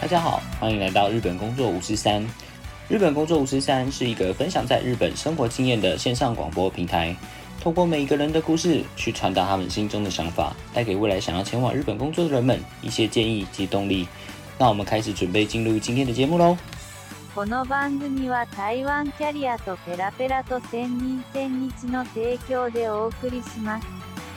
大家好，欢迎来到日本工作543。日本工作543是一个分享在日本生活经验的线上广播平台，透过每一个人的故事，去传达他们心中的想法，带给未来想要前往日本工作的人们一些建议及动力。那我们开始准备进入今天的节目咯。 この番組は台湾キャリアとペラペラと千人千日の提供でお送りします。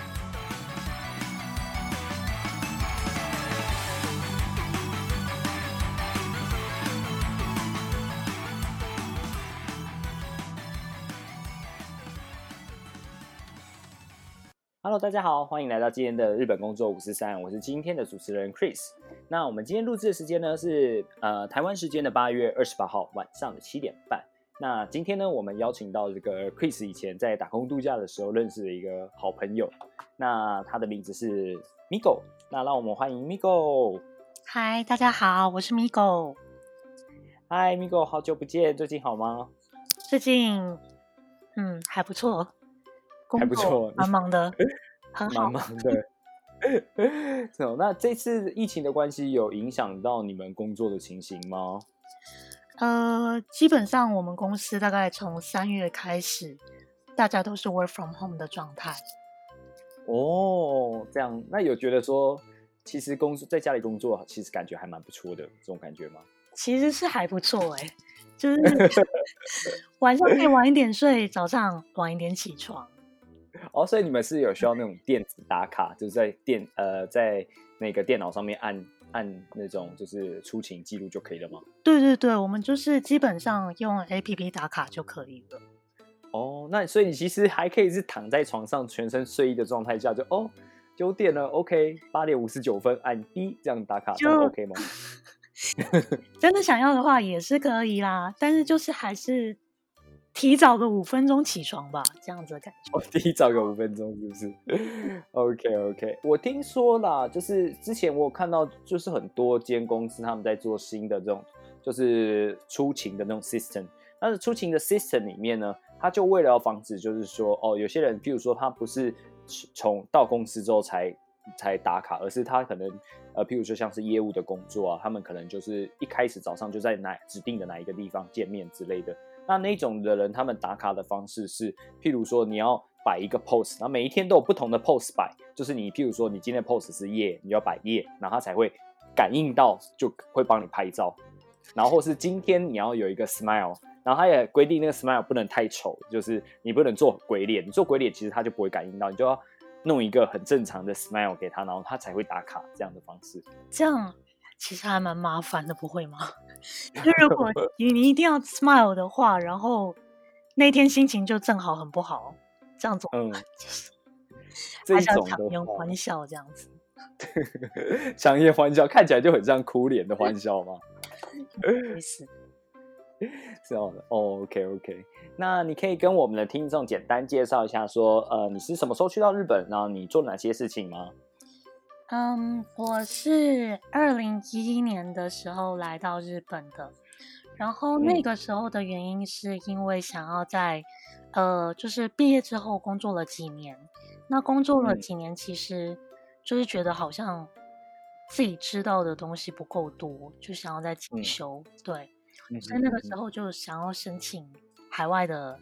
Hello， 大家好，欢迎来到今天的日本工作543，我是今天的主持人 Chris。那我们今天录制的时间呢是台湾时间的8月28号晚上的7点半。那今天呢，我们邀请到这个 Chris 以前在打工度假的时候认识的一个好朋友，那他的名字是 Migo。那让我们欢迎 Migo。 嗨，大家好，我是 Migo。 嗨 Migo， 好久不见，最近好吗？ 最近还不错。 还不错， 蛮忙的，很好， 蛮忙的。那这次疫情的关系有影响到你们工作的情形吗？ 基本上我们公司大概从3月开始，大家都是 work from home 的状态。 哦，这样，那有觉得说，其实在家里工作，其实感觉还蛮不错的，这种感觉吗？ 其实是还不错就是晚上可以晚一点睡，早上晚一点起床。 哦，所以你们是有需要那种电子打卡，就是在那个电脑上面按那种就是出勤记录就可以了吗？ 对，我们就是基本上用 APP 打卡就可以了。 哦，那所以你其实还可以是躺在床上全身睡意的状态下，就9点了 ，OK， 8点59分按 B 这样打卡，这样 OK 吗？ 真的想要的话也是可以啦，但是就是还是提早个5分钟起床吧，这样子的感觉。 提早个5分钟是不是？OK， 我听说啦，就是之前我有看到，就是很多间公司他们在做新的这种，就是出勤的那种 system。但是出勤的 system 里面呢，他就为了要防止，就是说有些人，譬如说他不是从到公司之后才打卡，而是他可能譬如说像是业务的工作啊，他们可能就是一开始早上就在指定的哪一个地方见面之类的。那种的人，他们打卡的方式是，譬如说你要摆一个 pose， 然后每一天都有不同的 pose 摆，就是你譬如说你今天的 pose 是耶，你要摆耶，然后他才会感应到，就会帮你拍照。然后或是今天你要有一个 smile， 然后他也规定那个 smile 不能太丑，就是你不能做鬼脸，你做鬼脸其实他就不会感应到，你就要弄一个很正常的 smile 给他，然后他才会打卡这样的方式。 这样其实还蛮麻烦的，不会吗？就如果你一定要 smile 的话，然后那天心情就正好很不好，这样子就是这一种强颜欢笑这样子。 强颜欢笑看起来就很像哭脸的欢笑吗？ 没事。 是哦，OK， 那你可以跟我们的听众简单介绍一下说，你是什么时候去到日本，然后你做哪些事情吗？ 我是2011年的时候来到日本的，然后那个时候的原因是因为想要在就是毕业之后工作了几年，那工作了几年其实就是觉得好像自己知道的东西不够多，就想要再进修，对，所以那个时候就想要申请海外的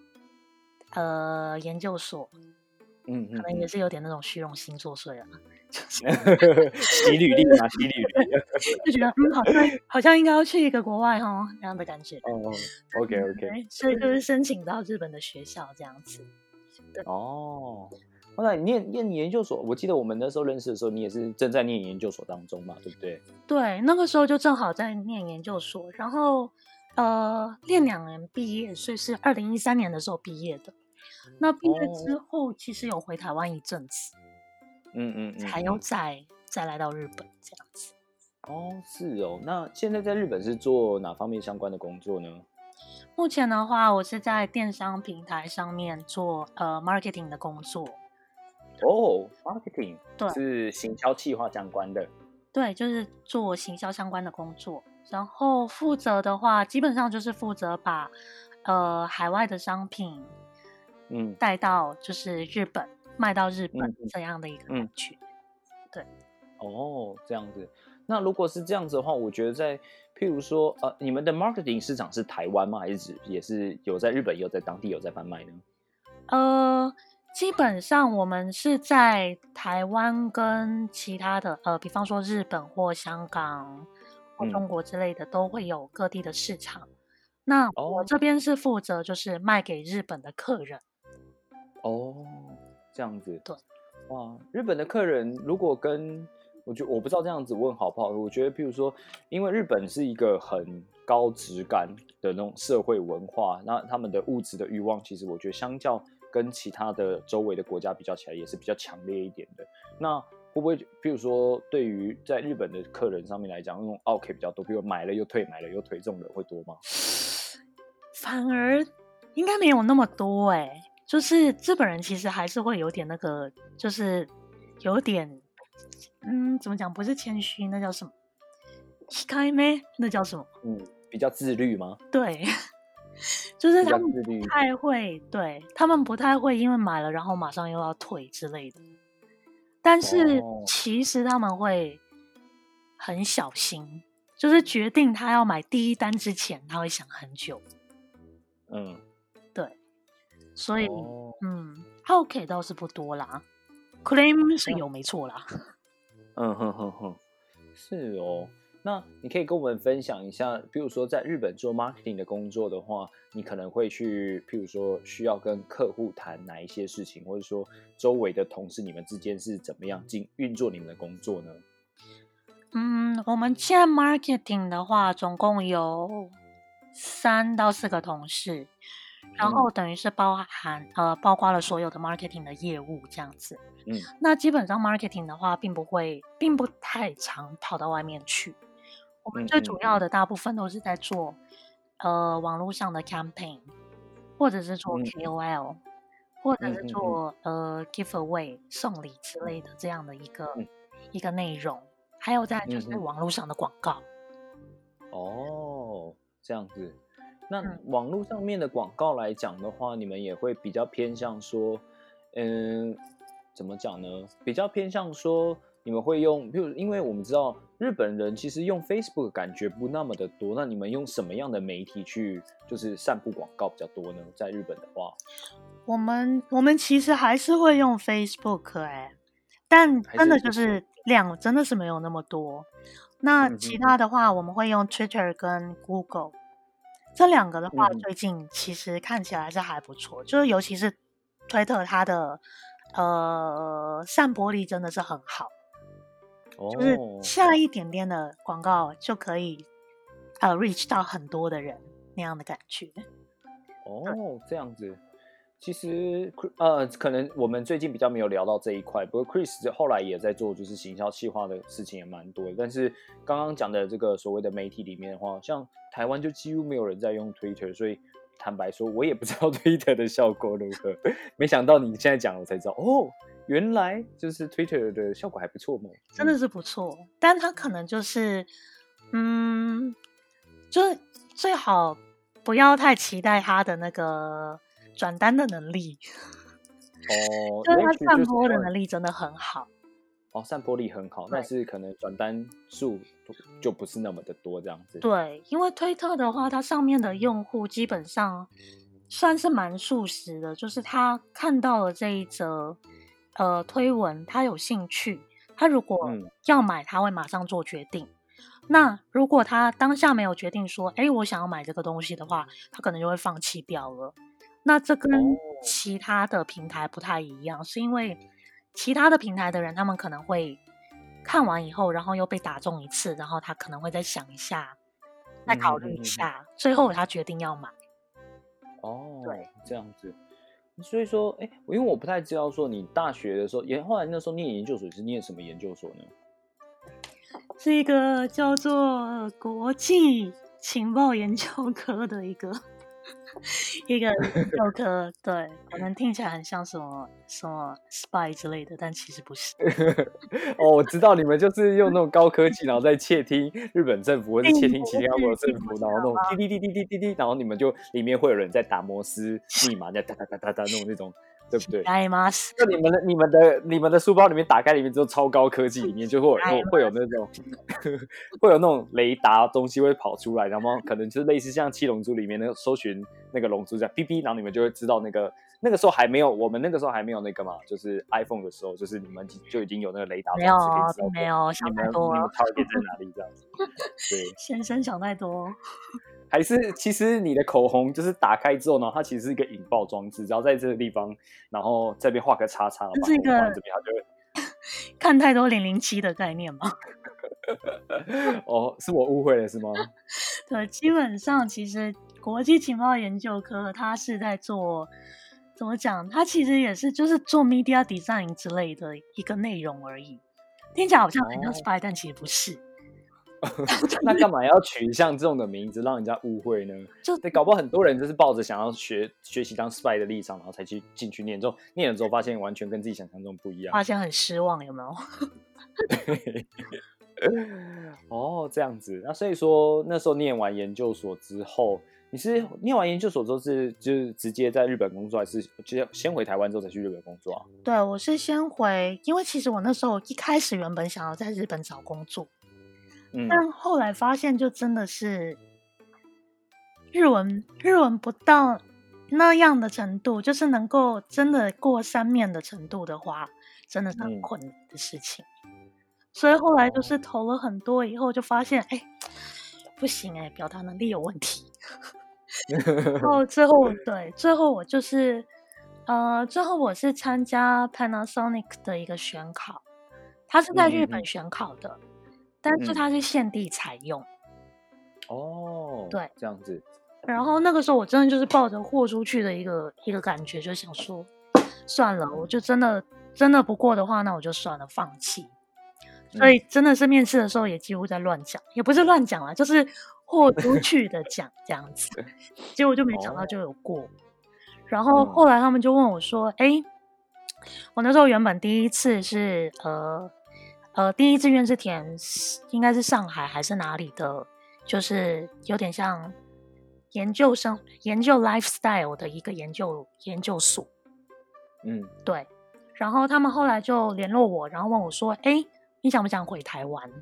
研究所，可能也是有点那种虚荣心作祟啊。 洗履历嘛，洗履历， 就觉得好像应该要去一个国外这样的感觉。 OK， 所以就是申请到日本的学校这样子。对后来你念研究所，我记得我们那时候认识的时候，你也是正在念研究所当中嘛，对不对？ 对，那个时候就正好在念研究所，然后念2年毕业，所以是2013年的时候毕业的。那毕业之后，其实有回台湾一阵子。才有再来到日本这样子。 是哦。那现在在日本是做哪方面相关的工作呢？ 目前的话，我是在电商平台上面做marketing 的工作。 marketing 对， 是行销企划相关的。 对，就是做行销相关的工作。然后负责的话，基本上就是负责把海外的商品带到就是日本。卖到日本这样的一个感觉。对。 这样子。 那如果是这样子的话，我觉得譬如说你们的 marketing 市场是台湾吗？还是也是有在日本，也有在当地有在贩卖呢？ 基本上我们是在台湾跟其他的比方说日本或香港或中国之类的，都会有各地的市场。那我这边是负责就是卖给日本的客人。 这样子。 对。 哇，日本的客人如果我不知道这样子问好不好。我觉得譬如说，因为日本是一个很高质感的那种社会文化，那他们的物质的欲望，其实我觉得相较跟其他的周围的国家比较起来，也是比较强烈一点的。那会不会譬如说，对于在日本的客人上面来讲，那种 OK 比较多，比如买了又退，买了又退，这种人会多吗？ 反而应该没有那么多就是日本人其实还是会有点那个，就是有点怎么讲？不是谦虚，那叫什么？控め？那叫什么？ 比较自律吗？ 对，就是他们不太会，对，他们不太会因为买了然后马上又要退之类的。但是其实他们会很小心，就是决定他要买第一单之前，他会想很久。对，所以OK 倒是不多啦，claim 是有没错啦。 是哦。那你可以跟我们分享一下，比如说在日本做 marketing 的工作的话，你可能会去，譬如说需要跟客户谈哪一些事情，或者说周围的同事你们之间是怎么样运作你们的工作呢？ 我们现在 marketing 的话，总共有3到4个同事，然后等于是包括了所有的 marketing 的业务这样子。那基本上 marketing 的话，并不太常跑到外面去。我们最主要的大部分都是在做网络上的 campaign， 或者是做 KOL，或者是做giveaway 送礼之类的这样的一个内容，还有再就是网络上的广告。 这样子。那网络上面的广告来讲的话，你们也会比较偏向说，怎么讲呢？比较偏向说你们会用，比如因为我们知道日本人其实用 Facebook 感觉不那么的多，那你们用什么样的媒体去就是散布广告比较多呢？在日本的话，我们其实还是会用 Facebook 但真的就是量真的是没有那么多。那其他的话，我们会用 Twitter 跟 Google， 这2个的话，最近其实看起来是还不错，就是尤其是推特它的散播力真的是很好。就是下一点点的广告就可以reach 到很多的人那样的感觉。 这样子。其实可能我们最近比较没有聊到这一块，不过 Chris 后来也在做就是行销企划的事情也蛮多的。但是刚刚讲的这个所谓的媒体里面的话，像台湾就几乎没有人在用 Twitter， 所以坦白说我也不知道 Twitter 的效果如何。没想到你现在讲我才知道，原来就是 Twitter 的效果还不错嘛， 真的是不错。但它可能就是就是最好不要太期待它的那个转单的能力。就是它散播的能力真的很好。 散播力很好，但是可能转单数就不是那么的多这样子。 对，因为推特的话，它上面的用户基本上算是蛮速食的，就是他看到了这一则推文，他有兴趣，他如果要买，他会马上做决定。那如果他当下没有决定说，我想要买这个东西的话，他可能就会放弃掉了。那这跟其他的平台不太一样，是因为其他的平台的人，他们可能会看完以后，然后又被打中一次，然后他可能会再想一下，再考虑一下，最后他决定要买。 对，这样子。所以说，因为我不太知道说你大学的时候，后来那时候念研究所是念什么研究所呢？ 是一个叫做国际情报研究科的一个研究科。对，可能听起来很像什么 spy 之类的，但其实不是。 我知道你们就是用那种高科技，然后再窃听日本政府或者窃听其他国的政府，然后那种滴滴滴滴滴滴滴，然后你们就里面会有人在打摩斯密码，在哒哒哒哒哒那种对不对？ 違います。 就你们的书包里面打开里面之后超高科技，里面就会有那种会有那种雷达东西会跑出来，然后可能就是类似像七龙珠里面那个搜寻那个龙珠这样哔哔，然后你们就会知道那个时候还没有，我们那个时候还没有那个嘛，就是 iPhone 的时候，就是你们就已经有那个雷达装置可以知道没有，想太多了。 你们 target 在哪里这样子。对， 先生想太多。 还是其实你的口红就是打开之后呢，它其实是一个引爆装置，只要在这个地方，然后这边画个叉叉， 这是一个放这边它就会。 看太多007的概念吗？ 哦，是我误会了是吗？ 对，基本上其实国际情报研究科它是在做，怎么讲？它其实也是就是做 media design 之类的一个内容而已。听起来好像很像 spy，但其实不是。 那干嘛要取像这种的名字让人家误会呢？对，搞不好很多人就是抱着想要学习当 spy 的立场，然后才进去念，之后念了之后发现完全跟自己想象中不一样， 发现很失望，有没有？ 对。哦，这样子。那所以说那时候念完研究所之后，你是念完研究所之后就是直接在日本工作，还是就先回台湾之后才去日本工作啊？ 对，我是先回，因为其实我那时候一开始原本想要在日本找工作。但后来发现，就真的是日文不到那样的程度，就是能够真的过3面的程度的话，真的是很困难的事情。所以后来就是投了很多以后，就发现不行表达能力有问题。然后最后我就是最后我是参加 Panasonic 的一个选考，它是在日本选考的。但是它是限地采用。 哦， 对， 这样子。 然后那个时候我真的就是抱着豁出去的一个感觉，就想说算了，我就真的不过的话，那我就算了，放弃。所以真的是面试的时候也几乎在乱讲，也不是乱讲啦，就是豁出去的讲这样子。结果就没想到就有过。然后后来他们就问我说：“我那时候原本第一次是第一志愿是填应该是上海还是哪里的，就是有点像研究 lifestyle 的一个研究所。对。然后他们后来就联络我，然后问我说：你想不想回台湾？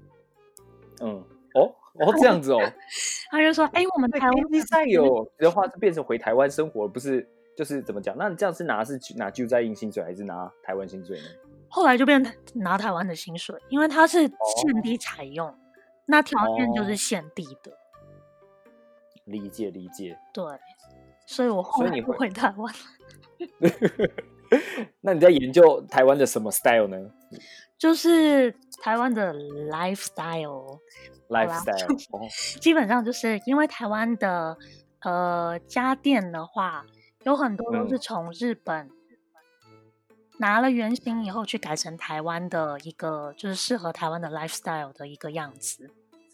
这样子哦。 他就说：我们台湾 lifestyle 的话是变成回台湾生活，不是就是怎么讲？那你这样是拿救灾印薪水，还是拿台湾薪水呢？ 后来就变拿台湾的薪水，因为它是限地采用，那条件就是限地的。 理解。 对，所以我后来不回台湾。 那你在研究台湾的什么 style 呢？ 就是台湾的 lifestyle。基本上就是因为台湾的家电的话，有很多都是从日本拿了原型以后去改成台湾的一个就是适合台湾的 lifestyle 的一个样子。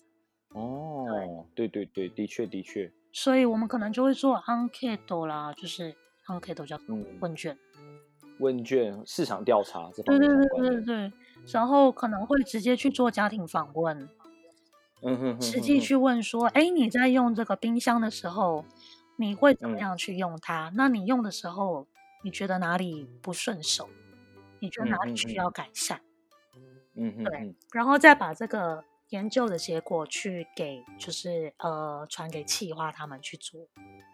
对，的确。 所以我们可能就会做 enquete 啦，就是 enquete 叫问卷市场调查这方面相关的。 对，然后可能会直接去做家庭访问。实际去问说，你在用这个冰箱的时候，你会怎么样去用它？那你用的时候，你觉得哪里不顺手？你觉得哪里需要改善？对，然后再把这个研究的结果去给，就是传给企划他们去做。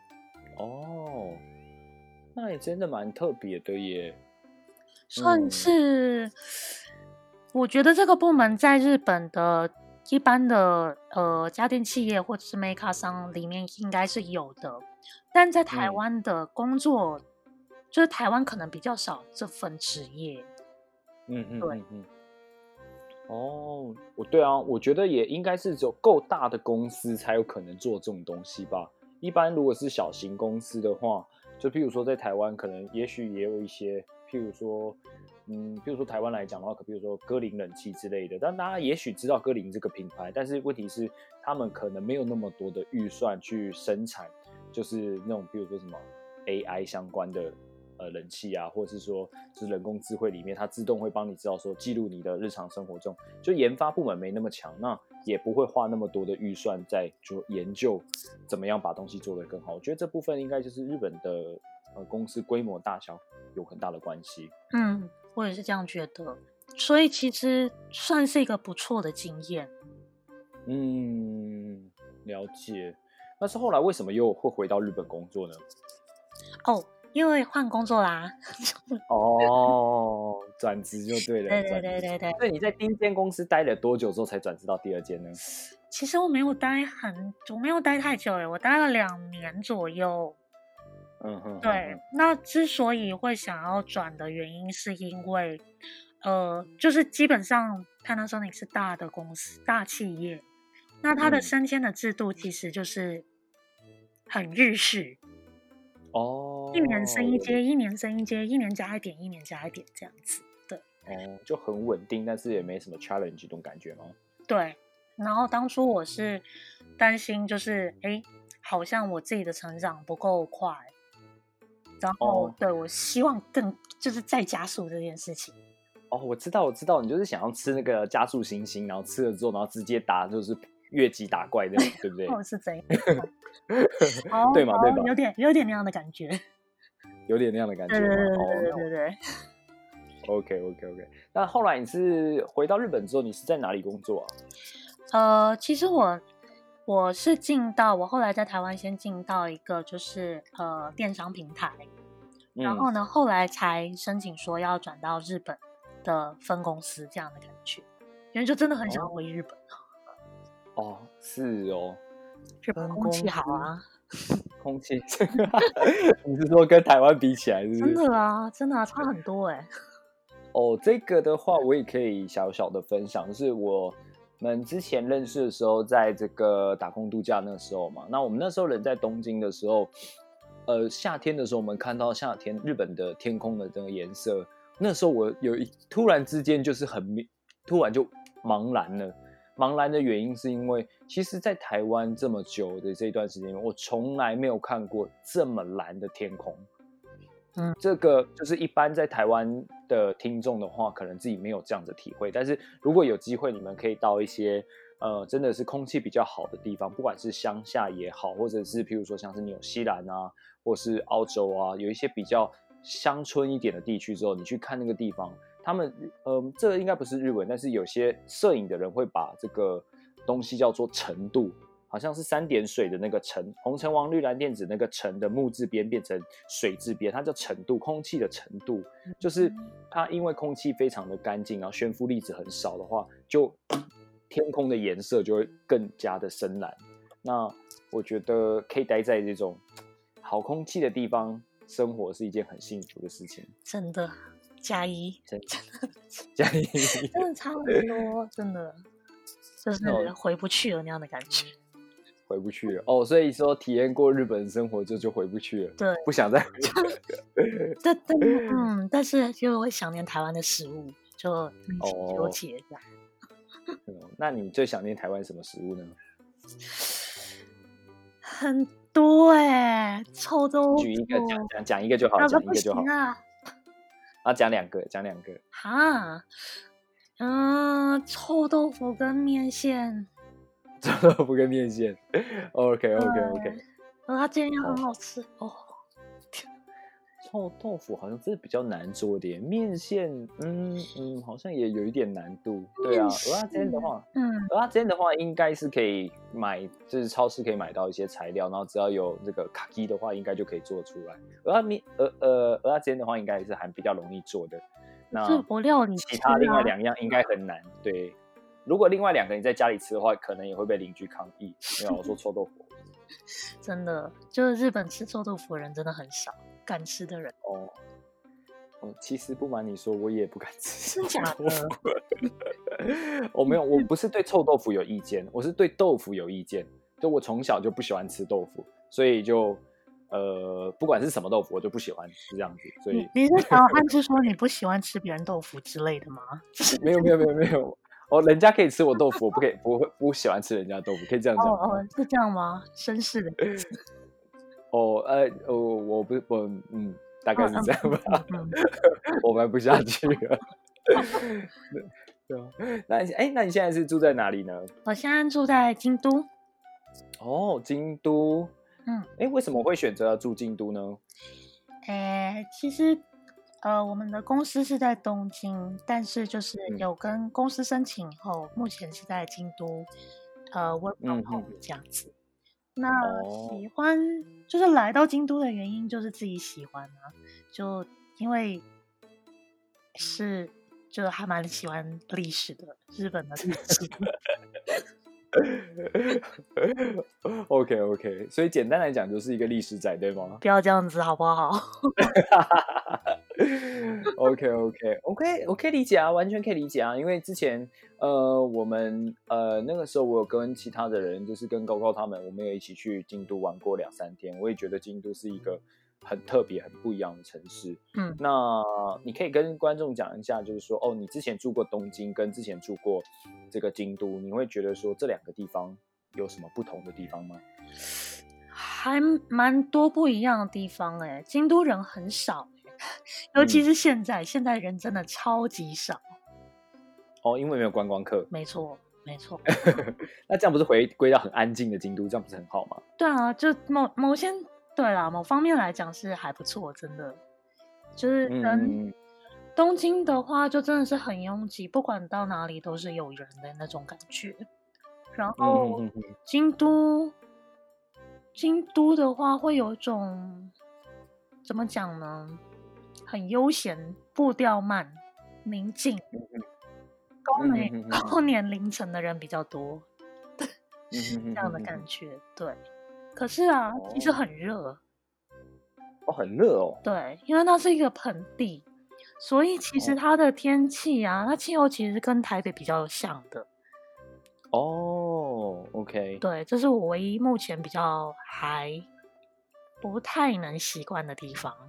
那也真的蛮特别的耶。 算是，我觉得这个部门在日本的一般的家电企业或者是 maker 商里面应该是有的，但在台湾的工作，就是台湾可能比较少这份职业。对。 对啊，我觉得也应该是只有够大的公司才有可能做这种东西吧。一般如果是小型公司的话，就譬如说在台湾可能也许也有一些，譬如说台湾来讲的话，比如说歌林冷气之类的，但大家也许知道歌林这个品牌，但是问题是他们可能没有那么多的预算去生产，就是那种比如说什么 AI 相关的冷气啊，或者是说就是人工智慧里面它自动会帮你知道说记录你的日常生活中，就研发部门没那么强，那也不会花那么多的预算在就研究怎么样把东西做得更好。我觉得这部分应该就是日本的公司规模大小有很大的关系。 我也是这样觉得，所以其实算是一个不错的经验。 了解。但是后来为什么又会回到日本工作呢？ 因为换工作啦。 转职就对了。 对。 所以你在第一间公司待了多久之后才转职到第二间呢？ 其实我没有待太久耶，我待了2年左右。对，那之所以会想要转的原因，是因为就是基本上 Panasonic 是大的公司、大企业，那它的升迁的制度其实就是很日式。1年升一阶，1年升一阶，1年加一点，1年加一点这样子。对。 就很稳定，但是也没什么 challenge 这种感觉吗？ 对。然后当初我是担心，就是好像我自己的成长不够快，然后对我希望就是再加速这件事情。 我知道，你就是想要吃那个加速星星，然后吃了之后，然后直接打就是越级打怪那种，对不对？ 是这样。 对嘛？ 有点那样的感觉。 有点那样的感觉吗？ 对。 OK。那后来你是回到日本之后，你是在哪里工作其实我是我后来在台湾先进到一个就是电商平台，然后呢后来才申请说要转到日本的分公司这样的感觉，因为就真的很想回日本。 是日本空气好啊。 空气你是说跟台湾比起来是不是？ 真的差很多这个的话我也可以小小的分享，就是我们之前认识的时候，在这个打工度假那时候嘛，那我们那时候人在东京的时候，夏天的时候我们看到夏天日本的天空的这个颜色，那时候我突然之间就是突然就茫然了。茫然的原因是因为其实在台湾这么久的这一段时间，我从来没有看过这么蓝的天空。这个就是一般在台湾的听众的话，可能自己没有这样的体会，但是如果有机会，你们可以到一些真的是空气比较好的地方，不管是乡下也好，或者是譬如说像是纽西兰啊，或是澳洲啊，有一些比较乡村一点的地区之后，你去看那个地方，他们这个应该不是日文，但是有些摄影的人会把这个东西叫做橙度，好像是3点水的那个橙，红橙黄绿蓝靛紫那个橙的木字边变成水字边，它叫橙度，空气的橙度，就是它因为空气非常的干净，然后悬浮粒子很少的话，就天空的颜色就会更加的深蓝。那我觉得可以待在这种好空气的地方生活是一件很幸福的事情。 真的加一，真的差很多，真的就是回不去了那样的感觉。 回不去了所以说体验过日本生活就回不去了， 对， 不想再回去了。但是就会想念台湾的食物，就一起纠结这样。 那你最想念台湾什么食物呢？ 很多臭豆腐。 举一个讲一个就好，讲一个就好。讲两个。 臭豆腐跟面线。 臭豆腐跟面线 ，OK。 它今天很好吃臭豆腐好像真的比较难做一点，面线好像也有一点难度。对啊，蚵仔煎的话应该是可以买，就是超市可以买到一些材料，然后只要有这个卡基的话，应该就可以做出来。蚵仔煎的话应该是还比较容易做的。那其他另外2样应该很难。对，如果另外2个你在家里吃的话，可能也会被邻居抗议。没有，我说臭豆腐。 真的，就是日本吃臭豆腐的人真的很少，敢吃的人。 其实不瞒你说，我也不敢吃。 真假的？ 没有，我不是对臭豆腐有意见，我是对豆腐有意见。就我从小就不喜欢吃豆腐，所以就不管是什么豆腐，我就不喜欢，是这样子。所以你是想要暗示说你不喜欢吃别人豆腐之类的吗？ 没有。人家可以吃我豆腐，我不可以，不喜欢吃人家豆腐，可以这样讲。 是这样吗？绅士的意思。 我大概是这样吧。我玩不下去了。那你现在是住在哪里呢？ 我现在住在京都。 京都。为什么会选择要住京都呢？ 其实我们的公司是在东京，但是就是有跟公司申请以后，目前是在京都work from home 这样子。那喜欢就是来到京都的原因就是自己喜欢啊，就因为就还蛮喜欢历史的，日本的历史。 OK， 所以简单来讲就是一个历史仔，对吗？ 不要这样子好不好我可以理解啊，完全可以理解啊。因为之前我们那个时候我有跟其他的人，就是跟高高他们，我们也一起去京都玩过2-3天。我也觉得京都是一个很特别、很不一样的城市。那你可以跟观众讲一下，就是说你之前住过东京，跟之前住过这个京都，你会觉得说这2个地方有什么不同的地方吗？ 还蛮多不一样的地方京都人很少尤其是现在人真的超级少因为没有观光客。 没错那这样不是回归到很安静的京都，这样不是很好吗？ 对啊，就某方面来讲是还不错，真的就是东京的话就真的是很拥挤，不管到哪里都是有人的那种感觉。然后京都的话会有一种怎么讲呢，很悠闲，步调慢，宁静，高年龄层的人比较多这样的感觉。对，可是啊其实很热很热哦。 对，因为那是一个盆地，所以其实它的天气啊，它气候其实跟台北比较像的。 OK。 对，这是我唯一目前比较还不太能习惯的地方。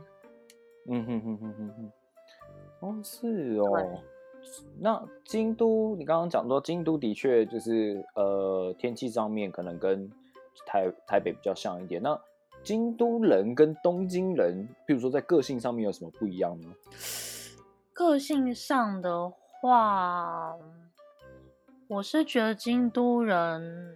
是哦。那京都，你刚刚讲说京都的确就是天气上面可能跟台北比较像一点。那京都人跟东京人，比如说在个性上面有什么不一样呢？ 个性上的话，我是觉得京都人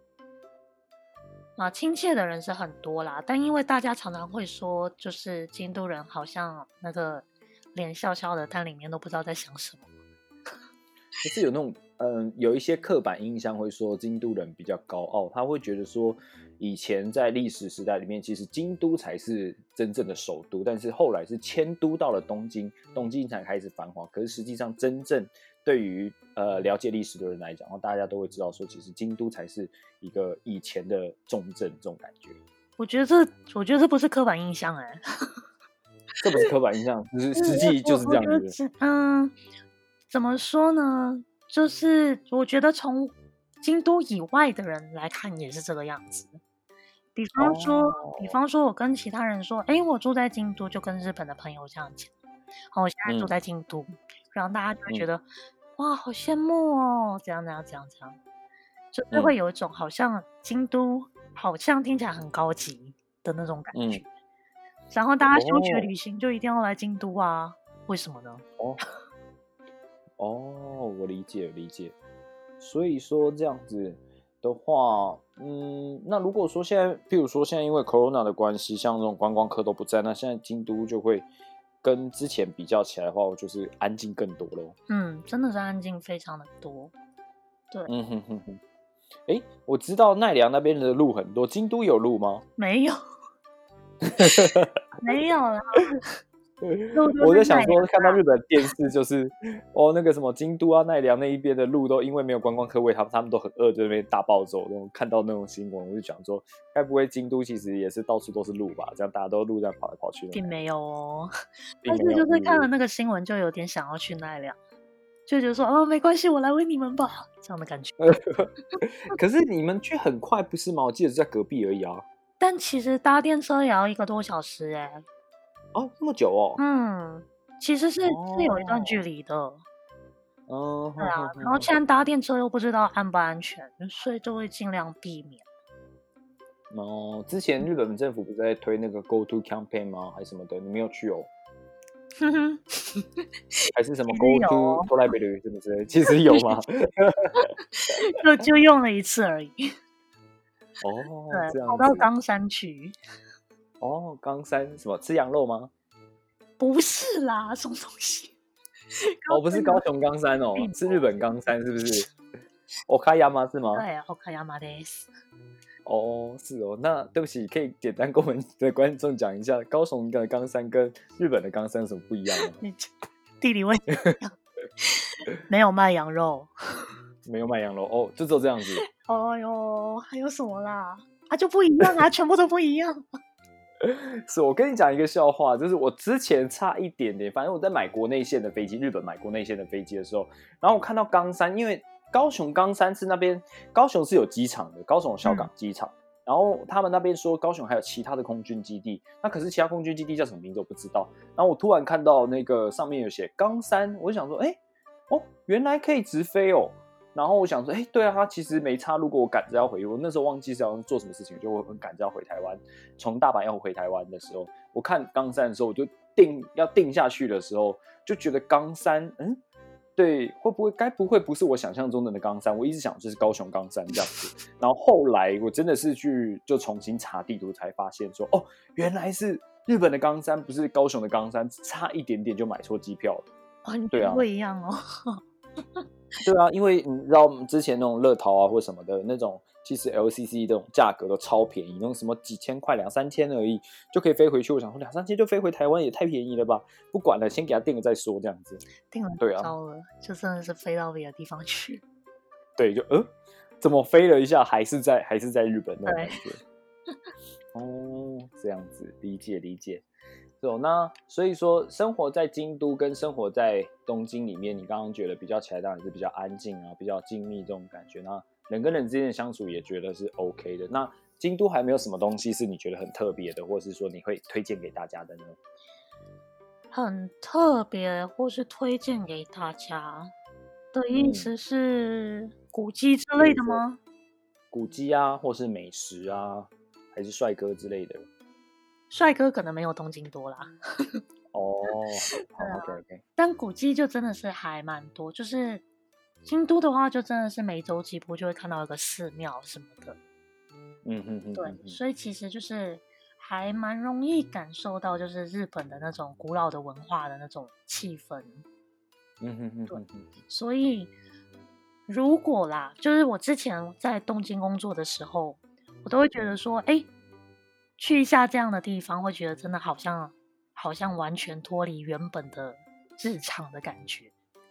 亲切的人是很多啦，但因为大家常常会说，就是京都人好像那个脸笑笑的，但里面都不知道在想什么。 可是有那种有一些刻板印象会说京都人比较高傲，他会觉得说以前在历史时代里面，其实京都才是真正的首都，但是后来是迁都到了东京，东京才开始繁华。可是实际上真正对于了解历史的人来讲，大家都会知道说，其实京都才是一个以前的重镇，这种感觉。 我觉得这不是刻板印象这不是刻板印象，就是实际就是这样子。 怎么说呢？就是我觉得从京都以外的人来看也是这个样子。比方说我跟其他人说，我住在京都，就跟日本的朋友这样讲。我现在住在京都，然后大家就会觉得，哇，好羡慕哦，这样，就是会有一种好像京都好像听起来很高级的那种感觉。然后大家休学旅行就一定要来京都啊？为什么呢？ 我理解。所以说这样子的话，那如果说现在，譬如说现在因为 Corona 的关系，像这种观光客都不在，那现在京都就会跟之前比较起来的话，就是安静更多咯。 真的是安静非常的多。 对。我知道奈良那边的路很多，京都有路吗？ 没有。没有啦。 我在想说，看到日本电视就是那个什么京都啊、奈良那一边的路都因为没有观光客喂他们都很饿，在那边大暴走。看到那种新闻，我就想说，该不会京都其实也是到处都是路吧？这样大家都路这样跑来跑去的。 并没有哦，但是就是看了那个新闻，就有点想要去奈良，就觉得说没关系，我来喂你们吧，这样的感觉。 可是你们去很快不是吗？我记得是在隔壁而已啊。 但其实搭电车也要1个多小时这么久哦。 其实是有一段距离的。对啊，然后现在搭电车又不知道安不安全，所以就会尽量避免。 之前日本政府不是在推那个 Go To Campaign 吗？还是什么的？你没有去哦？还是什么 Go To 托莱贝旅是不是？其实有吗？ 就用了1次而已。 这样子。 跑到冈山去。 冈山什么吃羊肉吗？ 不是啦，什么东西？ 哦，不是高雄冈山哦，是日本冈山是不是？Okayama 是吗？ 对，Okayamaです。 哦，是哦，那对不起，可以简单跟我们的观众讲一下，高雄的冈山跟日本的冈山有什么不一样吗？ 地理问题没有卖羊肉， 没有卖羊肉哦，就只有这样子。 哎呦，还有什么啦？就不一样啊，全部都不一样。 是我跟你讲一个笑话，就是我之前差一点点，反正我在买国内线的飞机，日本买国内线的飞机的时候，然后我看到冈山，因为高雄冈山是那边，高雄是有机场的，高雄有小港机场，然后他们那边说高雄还有其他的空军基地，那可是其他空军基地叫什么名字我不知道，然后我突然看到那个上面有写冈山，我就想说，原来可以直飞哦。然后我想说，对啊，他其实没差。如果我赶着要回，我那时候忘记是要做什么事情，就我很赶着要回台湾，从大阪要回台湾的时候，我看冈山的时候，我就要定下去的时候，就觉得冈山，对，该不会不是我想象中的那冈山？我一直想就是高雄冈山这样子。然后后来我真的是就重新查地图，才发现说，原来是日本的冈山，不是高雄的冈山，差一点点就买错机票了。 对啊，不一样哦。 对啊，因为你知道之前那种乐淘啊或什么的那种，其实 LCC 这种价格都超便宜，那种什么几千块、2-3千而已就可以飞回去。我想说2-3千就飞回台湾也太便宜了吧？不管了，先给他订了再说，这样子。 订了对啊， 糟了，就真的是飞到别的地方去。 对，就怎么飞了一下还是在日本那种感觉。哦，这样子理解。那所以说，生活在京都跟生活在东京里面，你刚刚觉得比较起来，当然是比较安静啊，比较静谧这种感觉。那人跟人之间的相处也觉得是 OK 的。那京都还没有什么东西是你觉得很特别的，或是说你会推荐给大家的呢？ 很特别，或是推荐给大家的意思是古迹之类的吗？ 古迹啊，或是美食啊，还是帅哥之类的？ 帅哥可能没有东京多啦。 OK。 但古迹就真的是还蛮多，就是京都的话，就真的是每走几步就会看到一个寺庙什么的。对，所以其实就是还蛮容易感受到，就是日本的那种古老的文化的那种气氛。对，所以如果啦，就是我之前在东京工作的时候，我都会觉得说，去一下这样的地方，会觉得真的好像完全脱离原本的日常的感觉。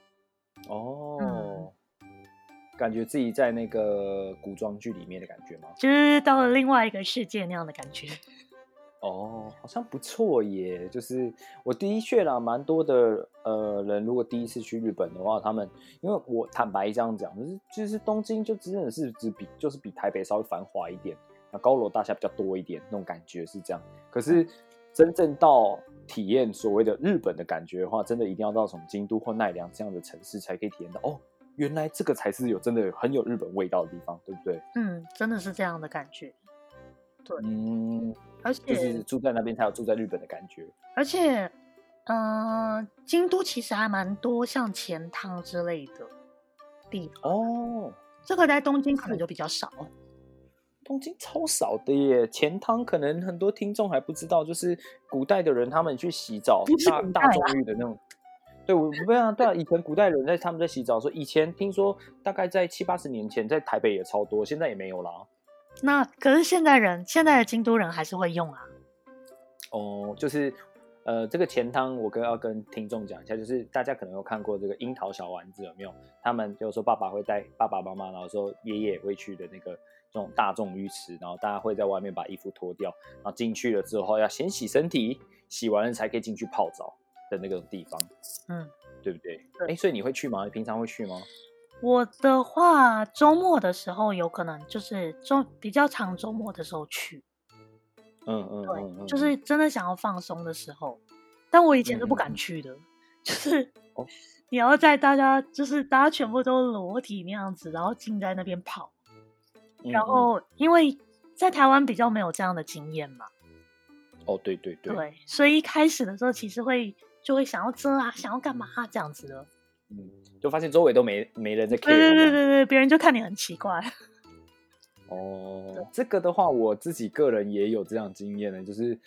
感觉自己在那个古装剧里面的感觉吗？ 就是到了另外一个世界那样的感觉。 好像不错耶。就是我的确啦，蛮多的人，如果第一次去日本的话，他们因为我坦白这样讲，就是东京就真的是比台北稍微繁华一点，那高楼大厦比较多一点，那种感觉是这样。可是真正到体验所谓的日本的感觉的话，真的一定要到什么京都或奈良这样的城市才可以体验到原来这个才是真的很有日本味道的地方，对不对？ 真的是这样的感觉。对，而且就是住在那边才有住在日本的感觉。 而且，京都其实还蛮多像钱汤之类的地方。这个在东京可能就比较少。 东京超少的耶，钱汤可能很多听众还不知道，就是古代的人他们去洗澡，大众浴的那种。对，对啊，以前古代人他们在洗澡的时候，以前听说大概在70-80年前，在台北也超多，现在也没有啦。 那可是现在的京都人还是会用啊。 就是这个钱汤我要跟听众讲一下，就是大家可能有看过这个樱桃小丸子有没有？他们就是说爸爸会带爸爸妈妈，然后说爷爷会去的那个这种大众浴池，然后大家会在外面把衣服脱掉，然后进去了之后要先洗身体，洗完了才可以进去泡澡的那个地方。对不对？所以你会去吗？你平常会去吗？ 我的话，周末的时候有可能就是比较长周末的时候去。对，就是真的想要放松的时候，但我以前是不敢去的，就是你要在大家全部都裸体那样子，然后浸在那边泡，然后因为在台湾比较没有这样的经验嘛。 对， 所以一开始的时候其实就会想要遮啊，想要干嘛这样子的。 就发现周围都没人在 care。 对，别人就看你很奇怪。 这个的话，我自己个人也有这样经验的，就是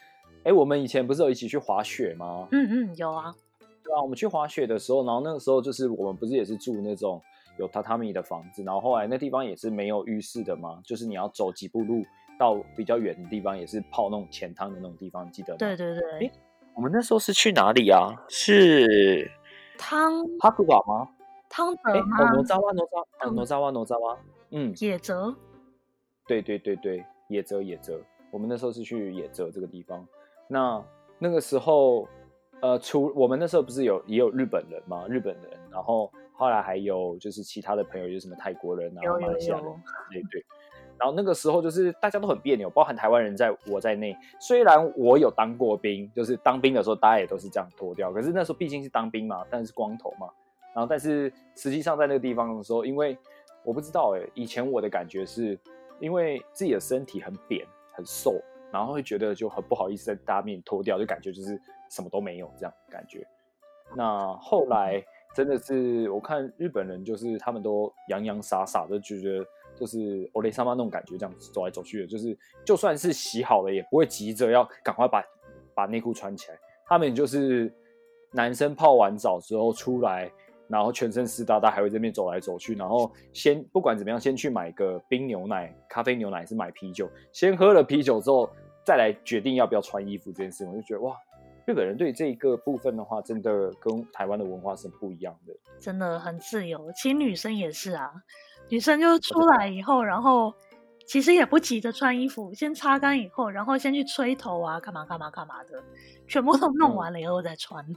我们以前不是有一起去滑雪吗？ 有啊。 对啊，我们去滑雪的时候，然后那个时候就是我们不是也是住那种有榻榻米的房子，然后后来那地方也是没有浴室的嘛，就是你要走几步路到比较远的地方，也是泡那种钱汤的那种地方，你记得吗？ 对对对。 我们那时候是去哪里啊？是哈库瓦吗？ 汤泽吗？ 哪吒哇， 野泽。 对，野泽，我们那时候是去野泽这个地方。那个时候，我们那时候不是也有日本人嘛，然后后来还有就是其他的朋友，就是什么泰国人啊、马来西亚人，对。然后那个时候就是大家都很别扭，包含台湾人我在内。虽然我有当过兵，就是当兵的时候大家也都是这样脱掉，可是那时候毕竟是当兵嘛，但是光头嘛。然后但是实际上在那个地方的时候，因为我不知道以前我的感觉是因为自己的身体很扁很瘦，然后会觉得就很不好意思在大家面前脱掉，就感觉就是什么都没有这样感觉。那后来真的是我看日本人就是他们都洋洋洒洒的，觉得就是欧雷萨玛那种感觉，这样走来走去的，就是就算是洗好了，也不会急着要赶快把内裤穿起来。他们就是男生泡完澡之后出来，然后全身湿哒哒，还会这边走来走去，然后先不管怎么样，先去买个冰牛奶、咖啡牛奶，还是买啤酒，先喝了啤酒之后，再来决定要不要穿衣服这件事情，我就觉得哇。日本人对这一个部分的话，真的跟台湾的文化是不一样的， 真的很自由。其实女生也是啊，女生就出来以后，然后其实也不急着穿衣服，先擦干以后，然后先去吹头啊，干嘛的，全部都弄完了以后再穿。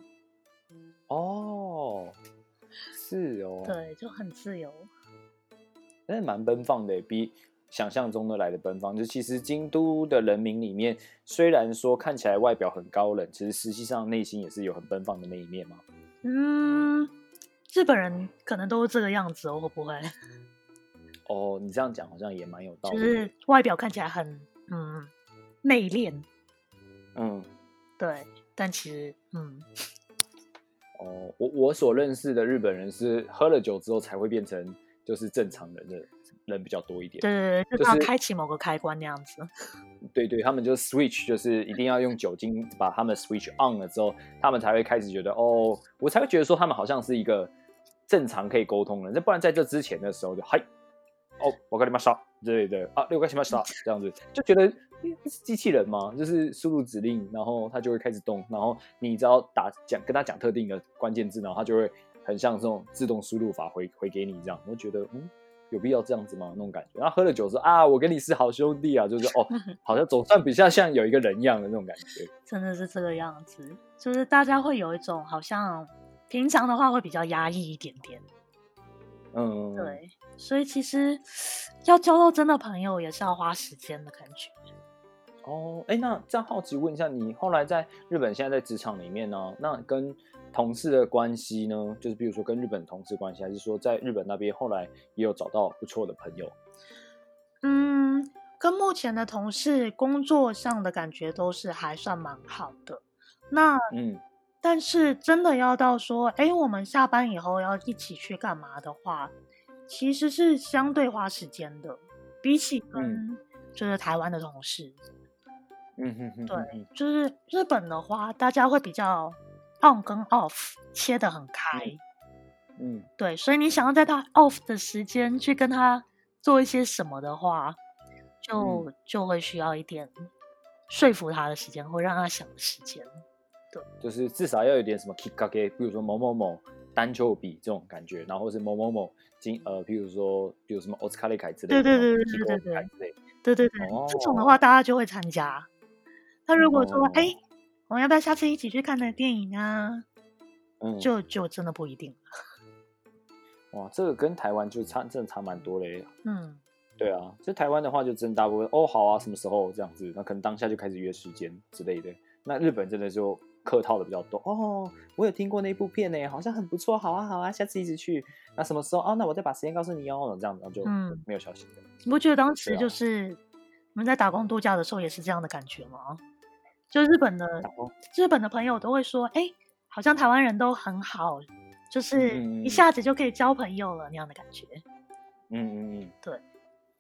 哦，是哦， 对，就很自由， 但是蛮奔放的，比想象中的来的奔放。就其实京都的人民里面，虽然说看起来外表很高冷，其实实际上内心也是有很奔放的那一面嘛。 日本人可能都是这个样子哦，会不会？ 哦，你这样讲好像也蛮有道理。 就是外表看起来很内敛，对，但其实我所认识的日本人是喝了酒之后才会变成就是正常人的人比较多一点。 对，就是要开启某个开关那样子。 对，他们就 switch， 就是一定要用酒精把他们 switch on 了之后，他们才会开始觉得我才会觉得说他们好像是一个正常可以沟通的人。不然在这之前的时候就嗨我跟你们说之类的啊，六个什么啥这样子，就觉得是机器人嘛，就是输入指令，然后他就会开始动，然后你只要跟他讲特定的关键字，然后他就会很像这种自动输入法回给你这样。我觉得有必要这样子吗？那种感觉。然后喝了酒说我跟你是好兄弟啊，就是好像总算比较像有一个人一样的那种感觉。 真的是这个样子，就是大家会有一种好像平常的话会比较压抑一点点。对，所以其实要交到真的朋友也是要花时间的感觉。 那这样好奇问一下，你后来在日本现在在职场里面呢，那跟同事的关系呢，就是比如说跟日本同事关系，还是说在日本那边后来也有找到不错的朋友？ 跟目前的同事工作上的感觉都是还算蛮好的。那但是真的要到说我们下班以后要一起去干嘛的话，其实是相对花时间的，比起跟就是台湾的同事。对，就是日本的话，大家会比较 on 跟 off 切得很开。对，所以你想要在他 off 的时间去跟他做一些什么的话，就会需要一点说服他的时间，或让他想的时间。对， 就是至少要有点什么 kick up， 比如说某某某单球比这种感觉，然后或是某某某比如什么奥斯卡雷凯之类的， 对，这种的话大家就会参加。那如果说我们要不要下次一起去看那电影啊？就真的不一定了。 哇，这个跟台湾就真的差蛮多嘞。对啊，就台湾的话就真的大部分好啊，什么时候这样子，那可能当下就开始约时间之类的。那日本真的就客套的比较多我有听过那部片呢，好像很不错，好啊，下次一起去。那什么时候那我再把时间告诉你这样子，然后就没有消息了。 你不觉得当时就是我们在打工度假的时候也是这样的感觉吗？就日本的朋友都会说好像台湾人都很好，就是一下子就可以交朋友了那样的感觉。 对。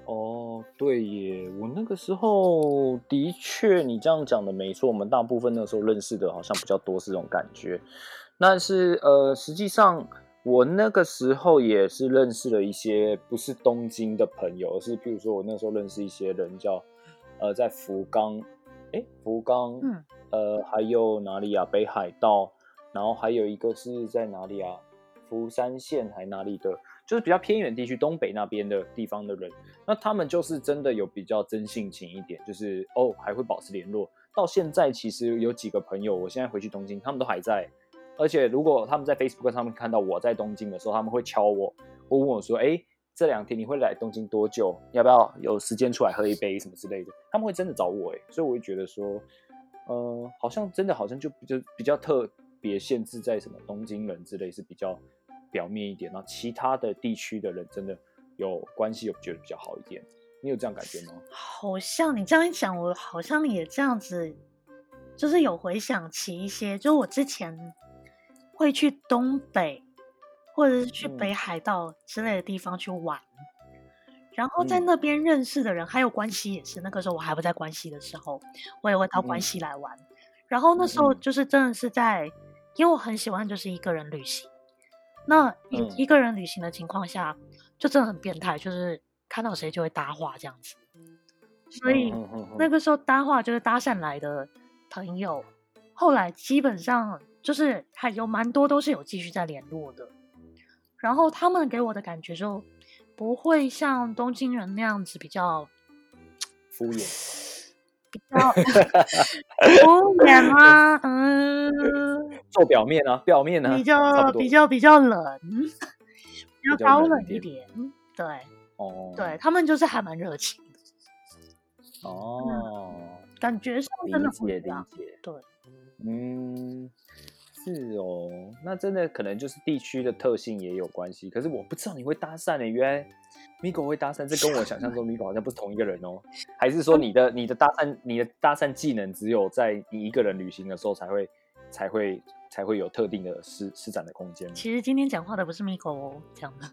哦，对耶，我那个时候的确，你这样讲的没错，我们大部分那时候认识的好像比较多是这种感觉。但是实际上我那个时候也是认识了一些不是东京的朋友，而是譬如说我那时候认识一些人叫在福冈，福冈，还有哪里啊？北海道，然后还有一个是在哪里啊？福山县还哪里的？就是比较偏远地区，东北那边的地方的人，那他们就是真的有比较真性情一点，就是还会保持联络。到现在其实有几个朋友，我现在回去东京，他们都还在。而且如果他们在 Facebook 上面看到我在东京的时候，他们会敲我，会问我说：“这2天你会来东京多久？要不要有时间出来喝一杯什么之类的？”他们会真的找我，所以我会觉得说，好像真的好像就比较特别限制在什么东京人之类是比较表面一点，然后其他的地区的人真的有关系，有觉得比较好一点。你有这样感觉吗？ 好像你这样一讲，我好像也这样子，就是有回想起一些，就我之前会去东北或者是去北海道之类的地方去玩，然后在那边认识的人，还有关西也是，那个时候我还不在关西的时候，我也会到关西来玩。然后那时候就是真的是因为我很喜欢就是一个人旅行。那一个人旅行的情况下，就真的很变态，就是看到谁就会搭话这样子。所以那个时候搭话就是搭讪来的朋友，后来基本上就是还有蛮多都是有继续在联络的。然后他们给我的感觉就不会像东京人那样子比较敷衍。 比较敷衍吗？ 做表面啊， 比较冷，比较高冷一点。对，对他们就是还蛮热情的。感觉上真的不一样。 理解。 对， 是哦，那真的可能就是地区的特性也有关系。可是我不知道你会搭讪原来Migo 会搭讪，这跟我想象中 Migo 好像不是同一个人哦。还是说你的搭讪技能只有在你一个人旅行的时候才会有特定的施展的空间？ 其实今天讲话的不是 Migo 讲的。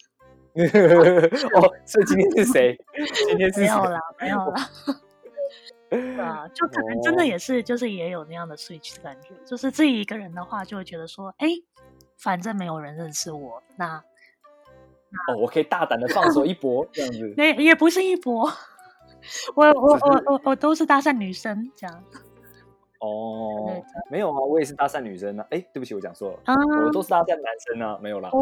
所以今天是谁？今天是谁？ 没有啦。对啊，就可能真的也是，就是也有那样的 switch 的感觉，就是自己一个人的话，就会觉得说，反正没有人认识我，那我可以大胆的放手一搏，这样子。 也不是一搏，我都是搭讪女生这样。 没有啊，我也是搭讪女生啊。对不起，我讲错了，我都是搭讪男生啊，没有啦。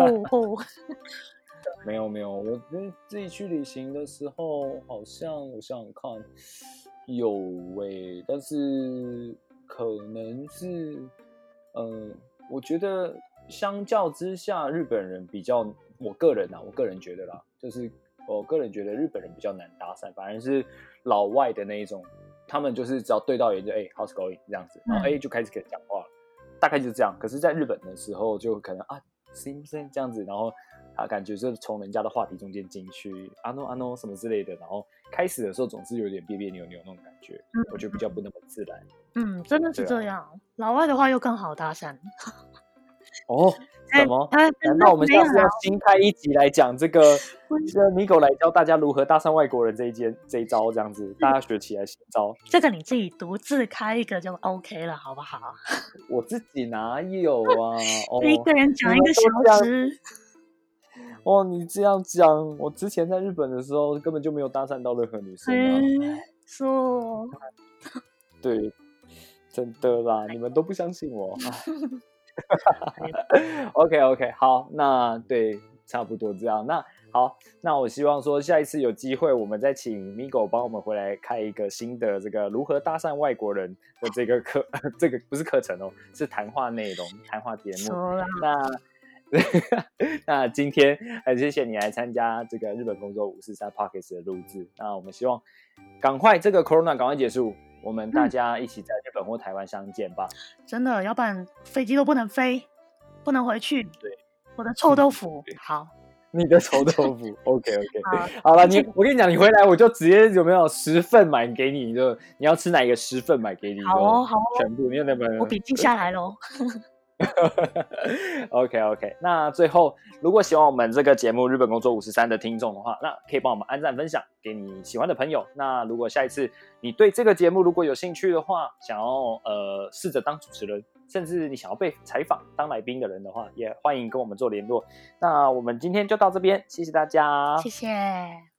没有，我自己去旅行的时候，好像我想想看，有但是可能是，我觉得相较之下，日本人比较，我个人觉得啦，就是我个人觉得日本人比较难搭讪，反而是老外的那一种，他们就是只要对到眼就how's going 这样子，然后就开始可以讲话了，大概就是这样。可是，在日本的时候，就可能行这样子，然后感觉就是从人家的话题中间进去，啊 no 什么之类的，然后开始的时候总是有点别扭那种感觉，我觉得比较不那么自然。 真的是这样。老外的话又更好搭讪。 什么？难道我们下次要新开一集来讲这个 Migo 来教大家如何搭讪外国人这一招，这样子大家学起来新招？ 这个你自己独自开一个就 OK 了，好不好？ 我自己哪有啊？ 一个人讲1个小时。 你这样讲，我之前在日本的时候根本就没有搭讪到任何女生啊。 说， 对，真的啦，你们都不相信我。OK， 好，那对，差不多这样。那好，那我希望说下一次有机会，我们再请 Migo 帮我们回来开一个新的这个如何搭讪外国人的这个这个不是课程哦，是谈话内容、谈话节目。那今天很谢谢你来参加这个日本工作543 Podcast 的录制。那我们希望赶快这个 Corona 赶快结束，我们大家一起在日本或台湾相见吧。 真的，要不然飞机都不能飞，不能回去。 对， 我的臭豆腐。好， 你的臭豆腐。OK， 好了，我跟你讲，你回来我就直接有没有10份买给你，就你要吃哪一个10份买给你。 好哦， 全部你有没有？ 我笔记下来咯。 OK， 那最后，如果喜欢我们这个节目《日本工作53》的听众的话，那可以帮我们按赞分享给你喜欢的朋友。那如果下一次你对这个节目如果有兴趣的话，想要试着当主持人，甚至你想要被采访当来宾的人的话，也欢迎跟我们做联络。那我们今天就到这边，谢谢大家， 谢谢。